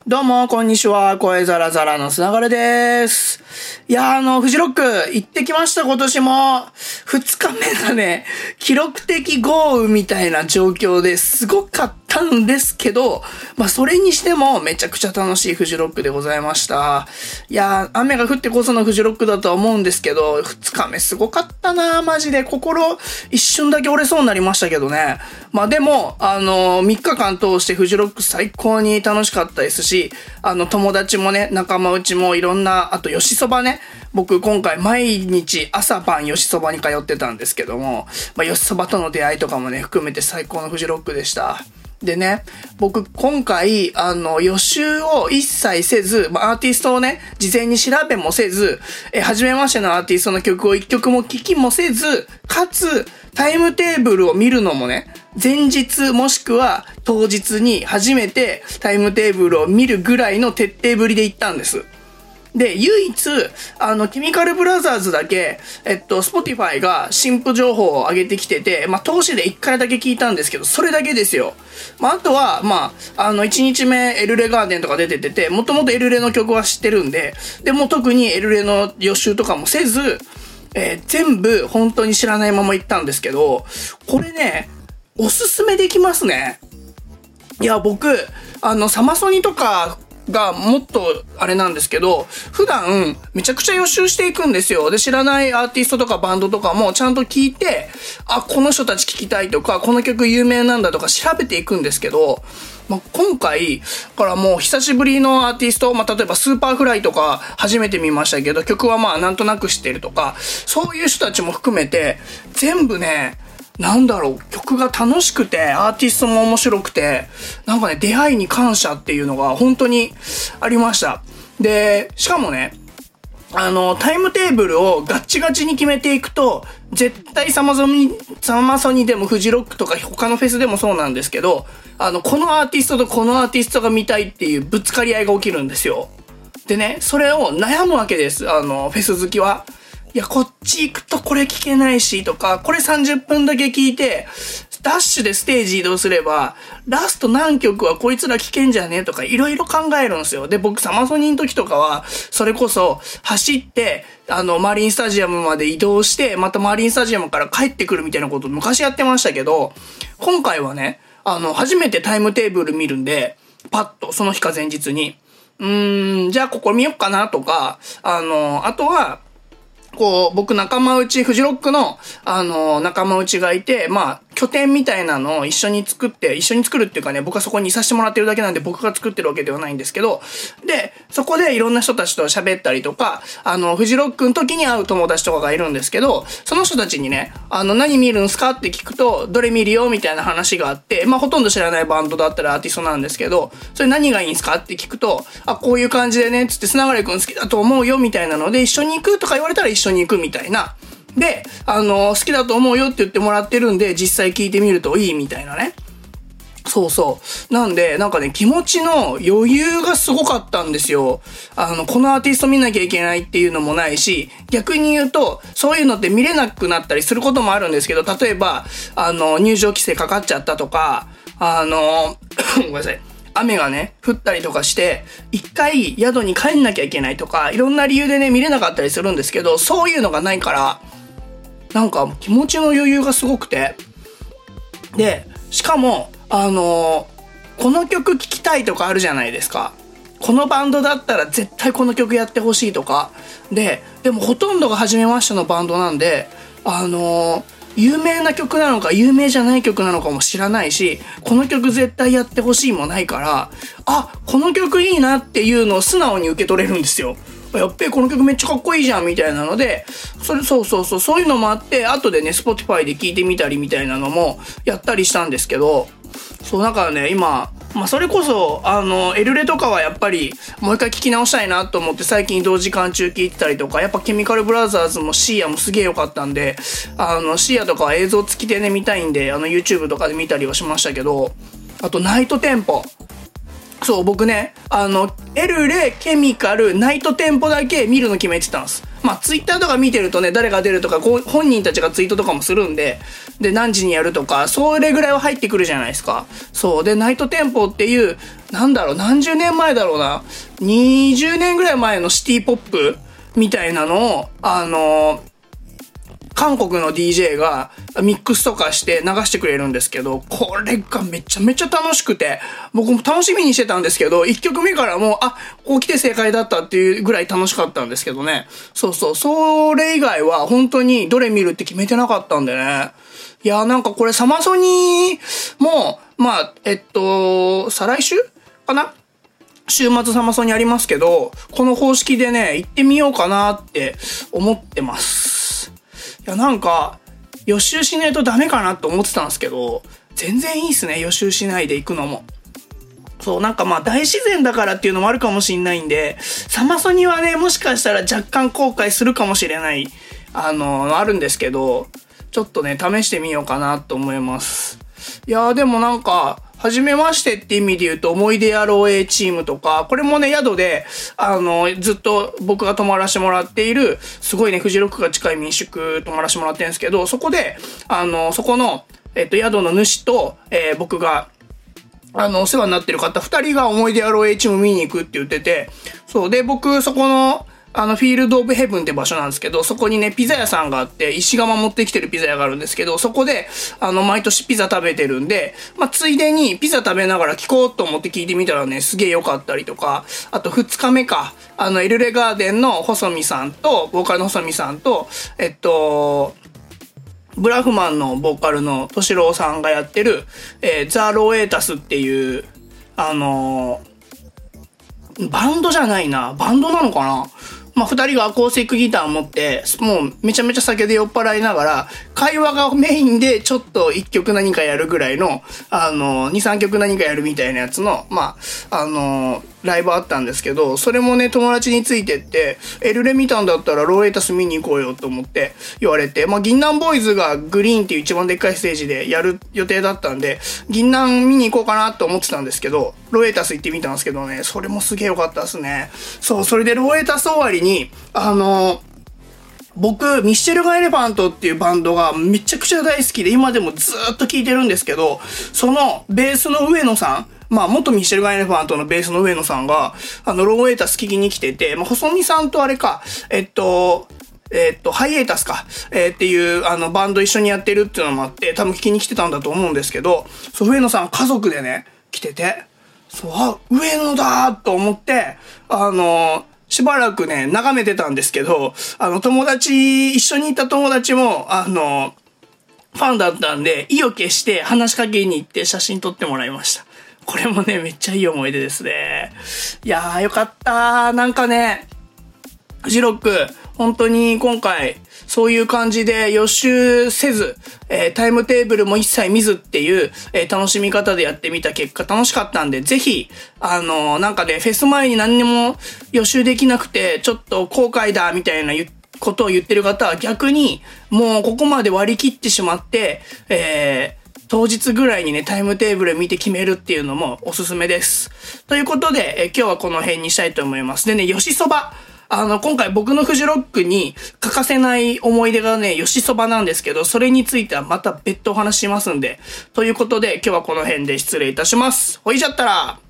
どうも、こんにちは。声ザラザラのつながるです。いやフジロック行ってきました、今年も。2日目がね、記録的豪雨みたいな状況ですごかったんですけど、それにしてもめちゃくちゃ楽しいフジロックでございました。いや雨が降ってこそのフジロックだとは思うんですけど、2日目すごかったなマジで。心一瞬だけ折れそうになりましたけどね。でも、3日間通してフジロック最高に楽しかったですし、友達もね、仲間内もいろんな、あと吉そばね、僕今回毎日朝晩吉そばに通ってたんですけども、吉そばとの出会いとかもね、含めて最高のフジロックでした。でね、僕今回、予習を一切せず、アーティストをね、事前に調べもせず、初めましてのアーティストの曲を一曲も聴きもせず、かつ、タイムテーブルを見るのもね、前日もしくは当日に初めてタイムテーブルを見るぐらいの徹底ぶりで行ったんです。で、唯一、ケミカルブラザーズだけ、Spotify が新譜情報を上げてきてて、投資で1回だけ聞いたんですけど、それだけですよ。あとは、1日目、エルレガーデンとか出てて、もともとエルレの曲は知ってるんで、でも特にエルレの予習とかもせず、全部本当に知らないまま行ったんですけど、これね、おすすめできますね。いや、僕、サマソニとか、がもっとあれなんですけど、普段めちゃくちゃ予習していくんですよ。で、知らないアーティストとかバンドとかもちゃんと聞いて、この人たち聞きたいとか、この曲有名なんだとか調べていくんですけど、今回からもう久しぶりのアーティスト、例えばスーパーフライとか初めて見ましたけど、曲はなんとなく知ってるとか、そういう人たちも含めて全部ね、曲が楽しくて、アーティストも面白くて、出会いに感謝っていうのが本当にありました。で、しかもね、タイムテーブルをガッチガチに決めていくと、絶対サマソニでもフジロックとか他のフェスでもそうなんですけど、このアーティストとこのアーティストが見たいっていうぶつかり合いが起きるんですよ。でね、それを悩むわけです。フェス好きは。いや、こっち行くとこれ聞けないしとか、これ30分だけ聞いて、ダッシュでステージ移動すれば、ラスト何曲はこいつら聞けんじゃねとか、いろいろ考えるんですよ。で、僕サマソニの時とかは、それこそ走って、マリンスタジアムまで移動して、またマリンスタジアムから帰ってくるみたいなことを昔やってましたけど、今回はね、初めてタイムテーブル見るんで、パッと、その日か前日に、じゃあここ見よっかなとか、あとは、僕仲間内、フジロックの、仲間内がいて、拠点みたいなのを一緒に作るっていうかね、僕はそこにいさせてもらってるだけなんで僕が作ってるわけではないんですけど、で、そこでいろんな人たちと喋ったりとか、フジロックの時に会う友達とかがいるんですけど、その人たちにね、何見るんすかって聞くと、どれ見るよみたいな話があって、ほとんど知らないバンドだったらアーティストなんですけど、それ何がいいんすかって聞くと、こういう感じでね、つって砂原くん好きだと思うよみたいなので、一緒に行くとか言われたら一緒に行くみたいな。で、好きだと思うよって言ってもらってるんで、実際聞いてみるといいみたいなね。そうそう。なんで、気持ちの余裕がすごかったんですよ。このアーティスト見なきゃいけないっていうのもないし、逆に言うと、そういうのって見れなくなったりすることもあるんですけど、例えば、入場規制かかっちゃったとか、ごめんなさい。雨がね、降ったりとかして、一回宿に帰んなきゃいけないとか、いろんな理由でね、見れなかったりするんですけど、そういうのがないから、気持ちの余裕がすごくて。で、しかも、この曲聴きたいとかあるじゃないですか。このバンドだったら絶対この曲やってほしいとか。でもほとんどが初めましてのバンドなんで、有名な曲なのか有名じゃない曲なのかも知らないし、この曲絶対やってほしいもないから、この曲いいなっていうのを素直に受け取れるんですよ。やっべえ、この曲めっちゃかっこいいじゃんみたいなので、そういうのもあって、後でね、Spotify で聴いてみたりみたいなのもやったりしたんですけど、だからね、今、それこそ、エルレとかはやっぱり、もう一回聞き直したいなと思って最近同時間中聞いてたりとか、やっぱケミカルブラザーズもシーアもすげえ良かったんで、シーアとかは映像付きでね、見たいんで、YouTube とかで見たりはしましたけど、あとナイトテンポ。 そう、僕ね、エルレ、ケミカル、ナイトテンポだけ見るの決めてたんです。まあ、ツイッターとか見てるとね、誰が出るとか、本人たちがツイートとかもするんで、で、何時にやるとか、それぐらいは入ってくるじゃないですか。そう。で、ナイトテンポっていう、なんだろう、何十年前だろうな、20年ぐらい前のシティポップみたいなのを、韓国の DJ がミックスとかして流してくれるんですけど、これがめちゃめちゃ楽しくて、僕も楽しみにしてたんですけど、1曲目からもう、こう来て正解だったっていうぐらい楽しかったんですけどね。そうそう、それ以外は本当にどれ見るって決めてなかったんでね。いや、なんかこれサマソニも、まあ、再来週かな？週末サマソニありますけど、この方式でね、行ってみようかなって思ってます。いや、なんか、予習しないとダメかなと思ってたんですけど、全然いいっすね、予習しないで行くのも。そう、なんかまあ大自然だからっていうのもあるかもしんないんで、サマソニはね、もしかしたら若干後悔するかもしれない、あるんですけど、ちょっとね、試してみようかなと思います。いやーでもなんか、初めましてって意味で言うと、思い出やろう A チームとか、これもね、宿で、ずっと僕が泊まらせてもらっている、すごいね、フジロックが近い民宿泊まらせてもらってるんですけど、そこで、そこの、宿の主と、僕が、お世話になってる方二人が思い出やろう A チーム見に行くって言ってて、そう、で、僕、そこの、フィールドオブヘブンって場所なんですけど、そこにね、ピザ屋さんがあって、石窯持ってきてるピザ屋があるんですけど、そこで、毎年ピザ食べてるんで、まあ、ついでにピザ食べながら聞こうと思って聞いてみたらね、すげえ良かったりとか、あと2日目か、エルレガーデンの細見さんと、ボーカルの細見さんと、ブラフマンのボーカルの敏郎さんがやってる、ザ・ローエータスっていう、バンドじゃないな。バンドなのかな？まあ、二人がアコースティックギターを持って、もうめちゃめちゃ酒で酔っ払いながら、会話がメインでちょっと一曲何かやるぐらいの、二、三曲何かやるみたいなやつの、まあ、ライブあったんですけど、それもね、友達についてって、エルレ見たんだったらローエータス見に行こうよと思って言われて、まあ、銀杏ボーイズがグリーンっていう一番でっかいステージでやる予定だったんで、銀杏見に行こうかなと思ってたんですけど、ローエータス行ってみたんですけどね、それもすげえ良かったですね。そう、それでローエータス終わりに、僕、ミッシェルガ・エレファントっていうバンドがめちゃくちゃ大好きで、今でもずーっと聴いてるんですけど、そのベースの上野さん、まあ、元ミッシェルガ・エレファントのベースの上野さんが、ローエータス聴きに来てて、まあ、細見さんとあれか、ハイエータスか、っていう、バンド一緒にやってるっていうのもあって、多分聴きに来てたんだと思うんですけど、そう、上野さん家族でね、来てて、そう、上野だーと思って、しばらくね、眺めてたんですけど、一緒にいた友達も、ファンだったんで、意を決して話しかけに行って写真撮ってもらいました。これもね、めっちゃいい思い出ですね。いやー、よかったー。なんかね、フジロック、本当に今回、そういう感じで予習せず、タイムテーブルも一切見ずっていう、楽しみ方でやってみた結果楽しかったんで、ぜひ、なんかね、フェス前に何にも予習できなくて、ちょっと後悔だ、みたいなことを言ってる方は逆に、もうここまで割り切ってしまって、当日ぐらいにね、タイムテーブル見て決めるっていうのもおすすめです。ということで、今日はこの辺にしたいと思います。でね、よしそば。今回僕のフジロックに欠かせない思い出がね、よしそばなんですけど、それについてはまた別途お話ししますんで。ということで、今日はこの辺で失礼いたします。ほいじゃったら